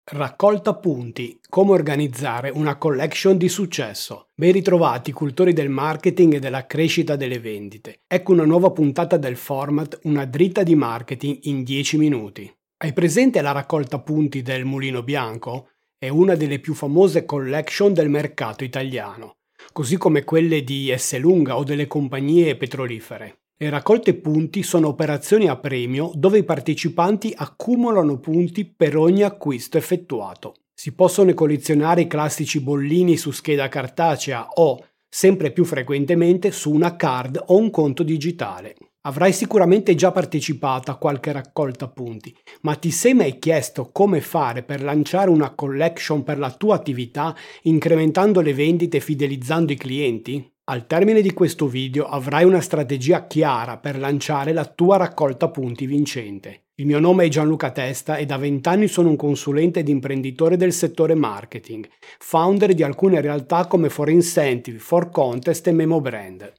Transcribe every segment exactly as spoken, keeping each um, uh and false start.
Raccolta punti. Come organizzare una collection di successo. Ben ritrovati cultori del marketing e della crescita delle vendite. Ecco una nuova puntata del format Una dritta di marketing in dieci minuti. Hai presente la raccolta punti del Mulino Bianco? È una delle più famose collection del mercato italiano, così come quelle di Esselunga o delle compagnie petrolifere. Le raccolte punti sono operazioni a premio dove i partecipanti accumulano punti per ogni acquisto effettuato. Si possono collezionare i classici bollini su scheda cartacea o, sempre più frequentemente, su una card o un conto digitale. Avrai sicuramente già partecipato a qualche raccolta punti, ma ti sei mai chiesto come fare per lanciare una collection per la tua attività, incrementando le vendite e fidelizzando i clienti? Al termine di questo video avrai una strategia chiara per lanciare la tua raccolta punti vincente. Il mio nome è Gianluca Testa e da vent'anni sono un consulente ed imprenditore del settore marketing, founder di alcune realtà come For Incentive, For Contest e Memo Brand.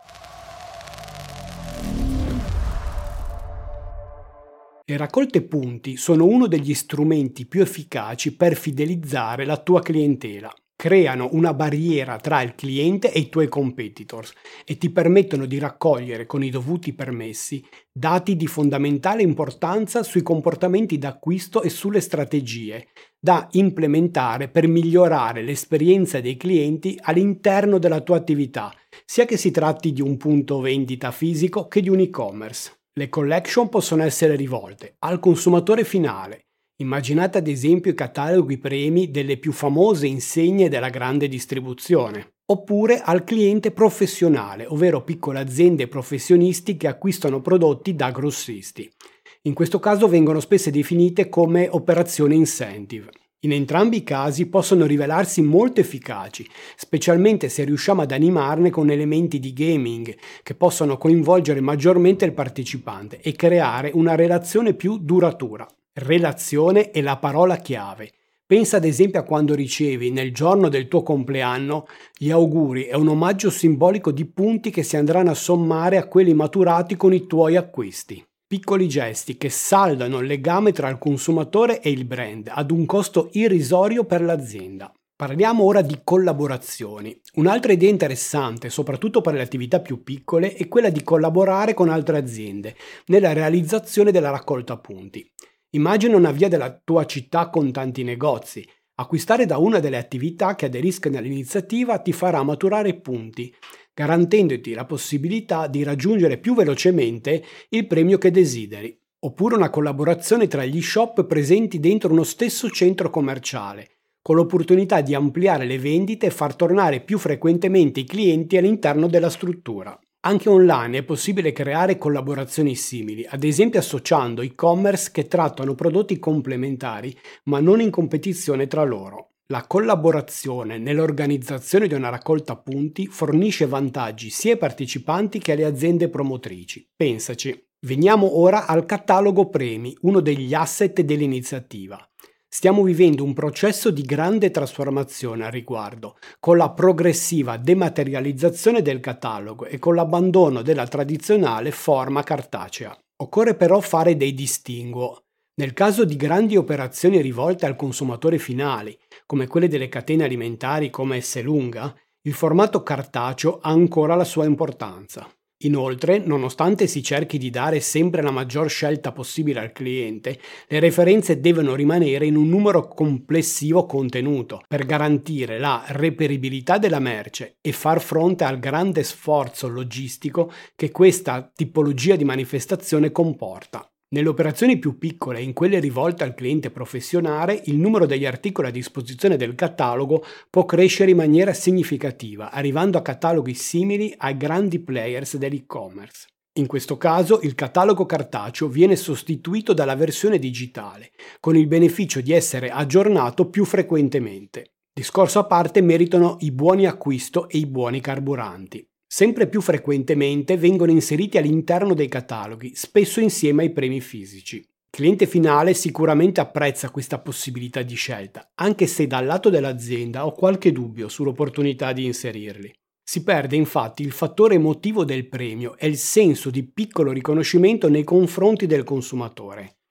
Le raccolte punti sono uno degli strumenti più efficaci per fidelizzare la tua clientela. Creano una barriera tra il cliente e i tuoi competitors e ti permettono di raccogliere con i dovuti permessi dati di fondamentale importanza sui comportamenti d'acquisto e sulle strategie da implementare per migliorare l'esperienza dei clienti all'interno della tua attività, sia che si tratti di un punto vendita fisico che di un e-commerce. Le collection possono essere rivolte al consumatore finale. Immaginate ad esempio i cataloghi premi delle più famose insegne della grande distribuzione, oppure al cliente professionale, ovvero piccole aziende e professionisti che acquistano prodotti da grossisti. In questo caso vengono spesso definite come operazioni incentive. In entrambi i casi possono rivelarsi molto efficaci, specialmente se riusciamo ad animarne con elementi di gaming che possono coinvolgere maggiormente il partecipante e creare una relazione più duratura. Relazione è la parola chiave. Pensa ad esempio a quando ricevi nel giorno del tuo compleanno gli auguri e un omaggio simbolico di punti che si andranno a sommare a quelli maturati con i tuoi acquisti. Piccoli gesti che saldano il legame tra il consumatore e il brand ad un costo irrisorio per l'azienda. Parliamo ora di collaborazioni. Un'altra idea interessante, soprattutto per le attività più piccole, è quella di collaborare con altre aziende nella realizzazione della raccolta punti. Immagina una via della tua città con tanti negozi. Acquistare da una delle attività che aderiscono all'iniziativa ti farà maturare punti, garantendoti la possibilità di raggiungere più velocemente il premio che desideri. Oppure una collaborazione tra gli shop presenti dentro uno stesso centro commerciale, con l'opportunità di ampliare le vendite e far tornare più frequentemente i clienti all'interno della struttura. Anche online è possibile creare collaborazioni simili, ad esempio associando e-commerce che trattano prodotti complementari ma non in competizione tra loro. La collaborazione nell'organizzazione di una raccolta punti fornisce vantaggi sia ai partecipanti che alle aziende promotrici. Pensaci. Veniamo ora al catalogo premi, uno degli asset dell'iniziativa. Stiamo vivendo un processo di grande trasformazione al riguardo, con la progressiva dematerializzazione del catalogo e con l'abbandono della tradizionale forma cartacea. Occorre però fare dei distinguo. Nel caso di grandi operazioni rivolte al consumatore finale, come quelle delle catene alimentari come Esselunga, il formato cartaceo ha ancora la sua importanza. Inoltre, nonostante si cerchi di dare sempre la maggior scelta possibile al cliente, le referenze devono rimanere in un numero complessivo contenuto per garantire la reperibilità della merce e far fronte al grande sforzo logistico che questa tipologia di manifestazione comporta. Nelle operazioni più piccole e in quelle rivolte al cliente professionale, il numero degli articoli a disposizione del catalogo può crescere in maniera significativa, arrivando a cataloghi simili ai grandi players dell'e-commerce. In questo caso, il catalogo cartaceo viene sostituito dalla versione digitale, con il beneficio di essere aggiornato più frequentemente. Discorso a parte meritano i buoni acquisto e i buoni carburanti. Sempre più frequentemente vengono inseriti all'interno dei cataloghi, spesso insieme ai premi fisici. Il cliente finale sicuramente apprezza questa possibilità di scelta, anche se dal lato dell'azienda ho qualche dubbio sull'opportunità di inserirli. Si perde infatti il fattore emotivo del premio e il senso di piccolo riconoscimento nei confronti del consumatore.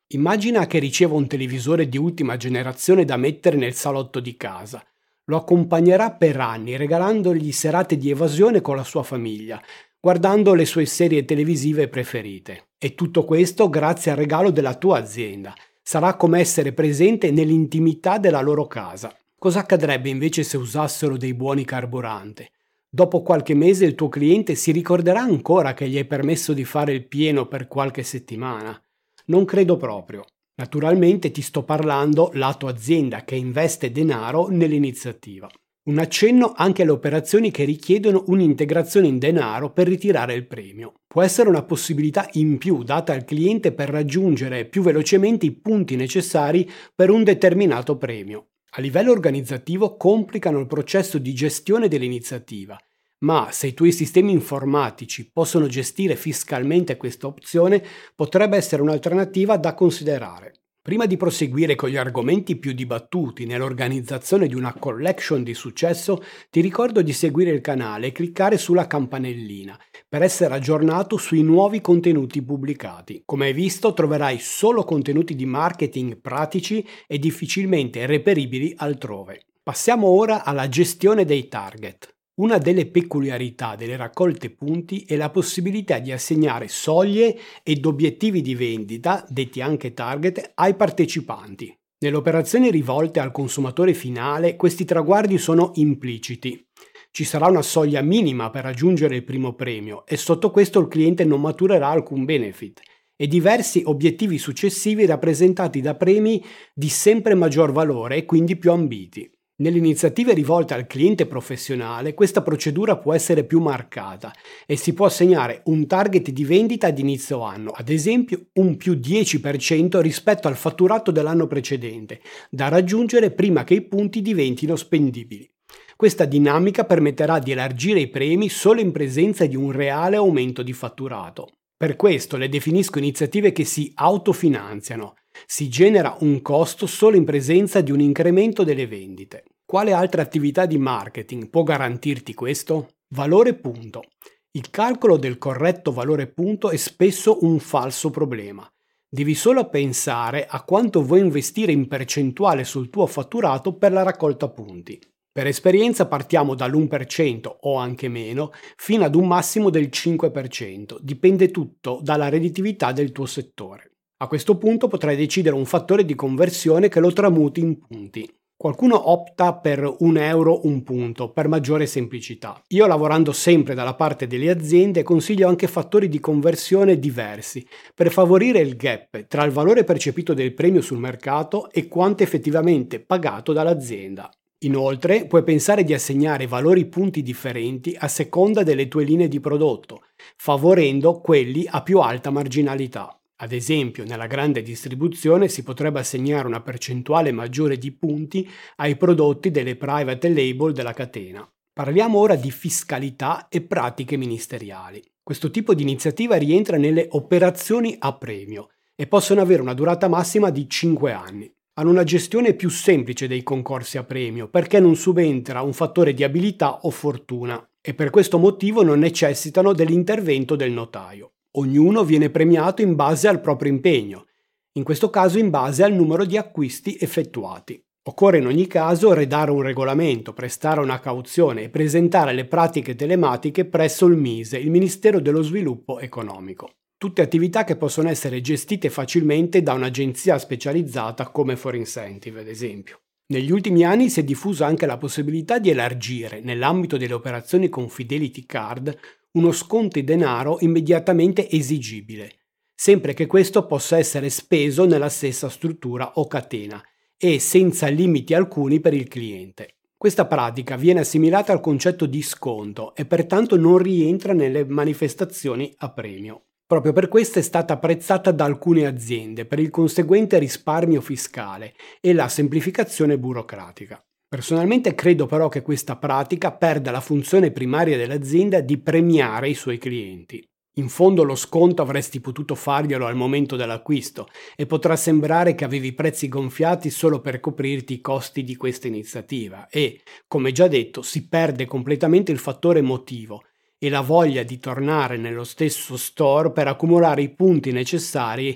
Immagina che riceva un televisore di ultima generazione da mettere nel salotto di casa. Lo accompagnerà per anni, regalandogli serate di evasione con la sua famiglia, guardando le sue serie televisive preferite. E tutto questo grazie al regalo della tua azienda. Sarà come essere presente nell'intimità della loro casa. Cosa accadrebbe invece se usassero dei buoni carburante? Dopo qualche mese il tuo cliente si ricorderà ancora che gli hai permesso di fare il pieno per qualche settimana? Non credo proprio. Naturalmente ti sto parlando lato azienda che investe denaro nell'iniziativa. Un accenno anche alle operazioni che richiedono un'integrazione in denaro per ritirare il premio. Può essere una possibilità in più data al cliente per raggiungere più velocemente i punti necessari per un determinato premio. A livello organizzativo complicano il processo di gestione dell'iniziativa, ma se i tuoi sistemi informatici possono gestire fiscalmente questa opzione, potrebbe essere un'alternativa da considerare. Prima di proseguire con gli argomenti più dibattuti nell'organizzazione di una collection di successo, ti ricordo di seguire il canale e cliccare sulla campanellina per essere aggiornato sui nuovi contenuti pubblicati. Come hai visto, troverai solo contenuti di marketing pratici e difficilmente reperibili altrove. Passiamo ora alla gestione dei target. Una delle peculiarità delle raccolte punti è la possibilità di assegnare soglie ed obiettivi di vendita, detti anche target, ai partecipanti. Nelle operazioni rivolte al consumatore finale, questi traguardi sono impliciti. Ci sarà una soglia minima per raggiungere il primo premio e sotto questo il cliente non maturerà alcun benefit e diversi obiettivi successivi rappresentati da premi di sempre maggior valore e quindi più ambiti. Nelle iniziative rivolte al cliente professionale questa procedura può essere più marcata e si può assegnare un target di vendita ad inizio anno, ad esempio un più dieci per cento rispetto al fatturato dell'anno precedente, da raggiungere prima che i punti diventino spendibili. Questa dinamica permetterà di elargire i premi solo in presenza di un reale aumento di fatturato. Per questo le definisco iniziative che si autofinanziano. Si genera un costo solo in presenza di un incremento delle vendite. Quale altra attività di marketing può garantirti questo? Valore punto. Il calcolo del corretto valore punto è spesso un falso problema. Devi solo pensare a quanto vuoi investire in percentuale sul tuo fatturato per la raccolta punti. Per esperienza partiamo dall'uno per cento o anche meno fino ad un massimo del cinque per cento. Dipende tutto dalla redditività del tuo settore. A questo punto potrai decidere un fattore di conversione che lo tramuti in punti. Qualcuno opta per un euro un punto per maggiore semplicità. Io, lavorando sempre dalla parte delle aziende, consiglio anche fattori di conversione diversi per favorire il gap tra il valore percepito del premio sul mercato e quanto effettivamente pagato dall'azienda. Inoltre, puoi pensare di assegnare valori punti differenti a seconda delle tue linee di prodotto, favorendo quelli a più alta marginalità. Ad esempio, nella grande distribuzione si potrebbe assegnare una percentuale maggiore di punti ai prodotti delle private label della catena. Parliamo ora di fiscalità e pratiche ministeriali. Questo tipo di iniziativa rientra nelle operazioni a premio e possono avere una durata massima di cinque anni. Hanno una gestione più semplice dei concorsi a premio perché non subentra un fattore di abilità o fortuna e per questo motivo non necessitano dell'intervento del notaio. Ognuno viene premiato in base al proprio impegno, in questo caso in base al numero di acquisti effettuati. Occorre in ogni caso redare un regolamento, prestare una cauzione e presentare le pratiche telematiche presso il MISE, il Ministero dello Sviluppo Economico. Tutte attività che possono essere gestite facilmente da un'agenzia specializzata come For Incentive, ad esempio. Negli ultimi anni si è diffusa anche la possibilità di elargire, nell'ambito delle operazioni con Fidelity Card, uno sconto in denaro immediatamente esigibile, sempre che questo possa essere speso nella stessa struttura o catena e senza limiti alcuni per il cliente. Questa pratica viene assimilata al concetto di sconto e pertanto non rientra nelle manifestazioni a premio. Proprio per questo è stata apprezzata da alcune aziende per il conseguente risparmio fiscale e la semplificazione burocratica. Personalmente credo però che questa pratica perda la funzione primaria dell'azienda di premiare i suoi clienti. In fondo lo sconto avresti potuto farglielo al momento dell'acquisto e potrà sembrare che avevi i prezzi gonfiati solo per coprirti i costi di questa iniziativa e, come già detto, si perde completamente il fattore emotivo e la voglia di tornare nello stesso store per accumulare i punti necessari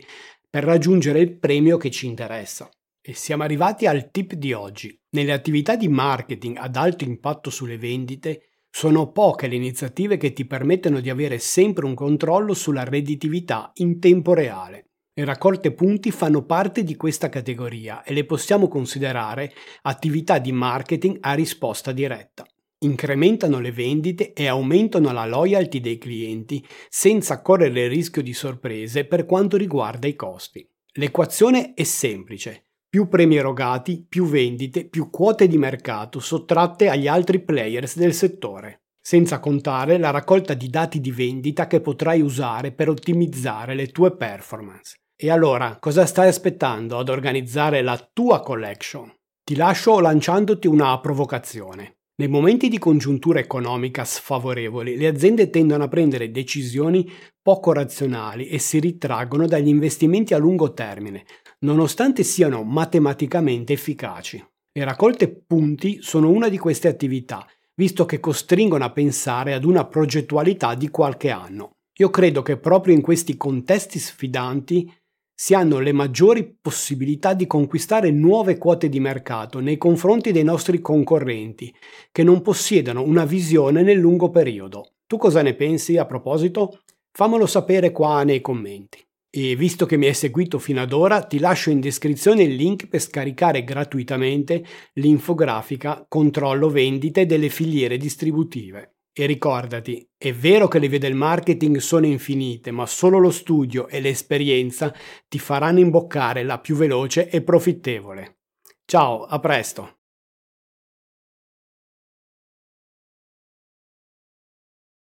per raggiungere il premio che ci interessa. E siamo arrivati al tip di oggi. Nelle attività di marketing ad alto impatto sulle vendite, sono poche le iniziative che ti permettono di avere sempre un controllo sulla redditività in tempo reale. Le raccolte punti fanno parte di questa categoria e le possiamo considerare attività di marketing a risposta diretta. Incrementano le vendite e aumentano la loyalty dei clienti senza correre il rischio di sorprese per quanto riguarda i costi. L'equazione è semplice. Più premi erogati, più vendite, più quote di mercato sottratte agli altri players del settore. Senza contare la raccolta di dati di vendita che potrai usare per ottimizzare le tue performance. E allora, cosa stai aspettando ad organizzare la tua collection? Ti lascio lanciandoti una provocazione. Nei momenti di congiuntura economica sfavorevoli, le aziende tendono a prendere decisioni poco razionali e si ritraggono dagli investimenti a lungo termine, nonostante siano matematicamente efficaci. Le raccolte punti sono una di queste attività, visto che costringono a pensare ad una progettualità di qualche anno. Io credo che proprio in questi contesti sfidanti si hanno le maggiori possibilità di conquistare nuove quote di mercato nei confronti dei nostri concorrenti, che non possiedono una visione nel lungo periodo. Tu cosa ne pensi a proposito? Fammelo sapere qua nei commenti. E visto che mi hai seguito fino ad ora, ti lascio in descrizione il link per scaricare gratuitamente l'infografica Controllo vendite delle filiere distributive. E ricordati, è vero che le vie del marketing sono infinite, ma solo lo studio e l'esperienza ti faranno imboccare la più veloce e profittevole. Ciao, a presto!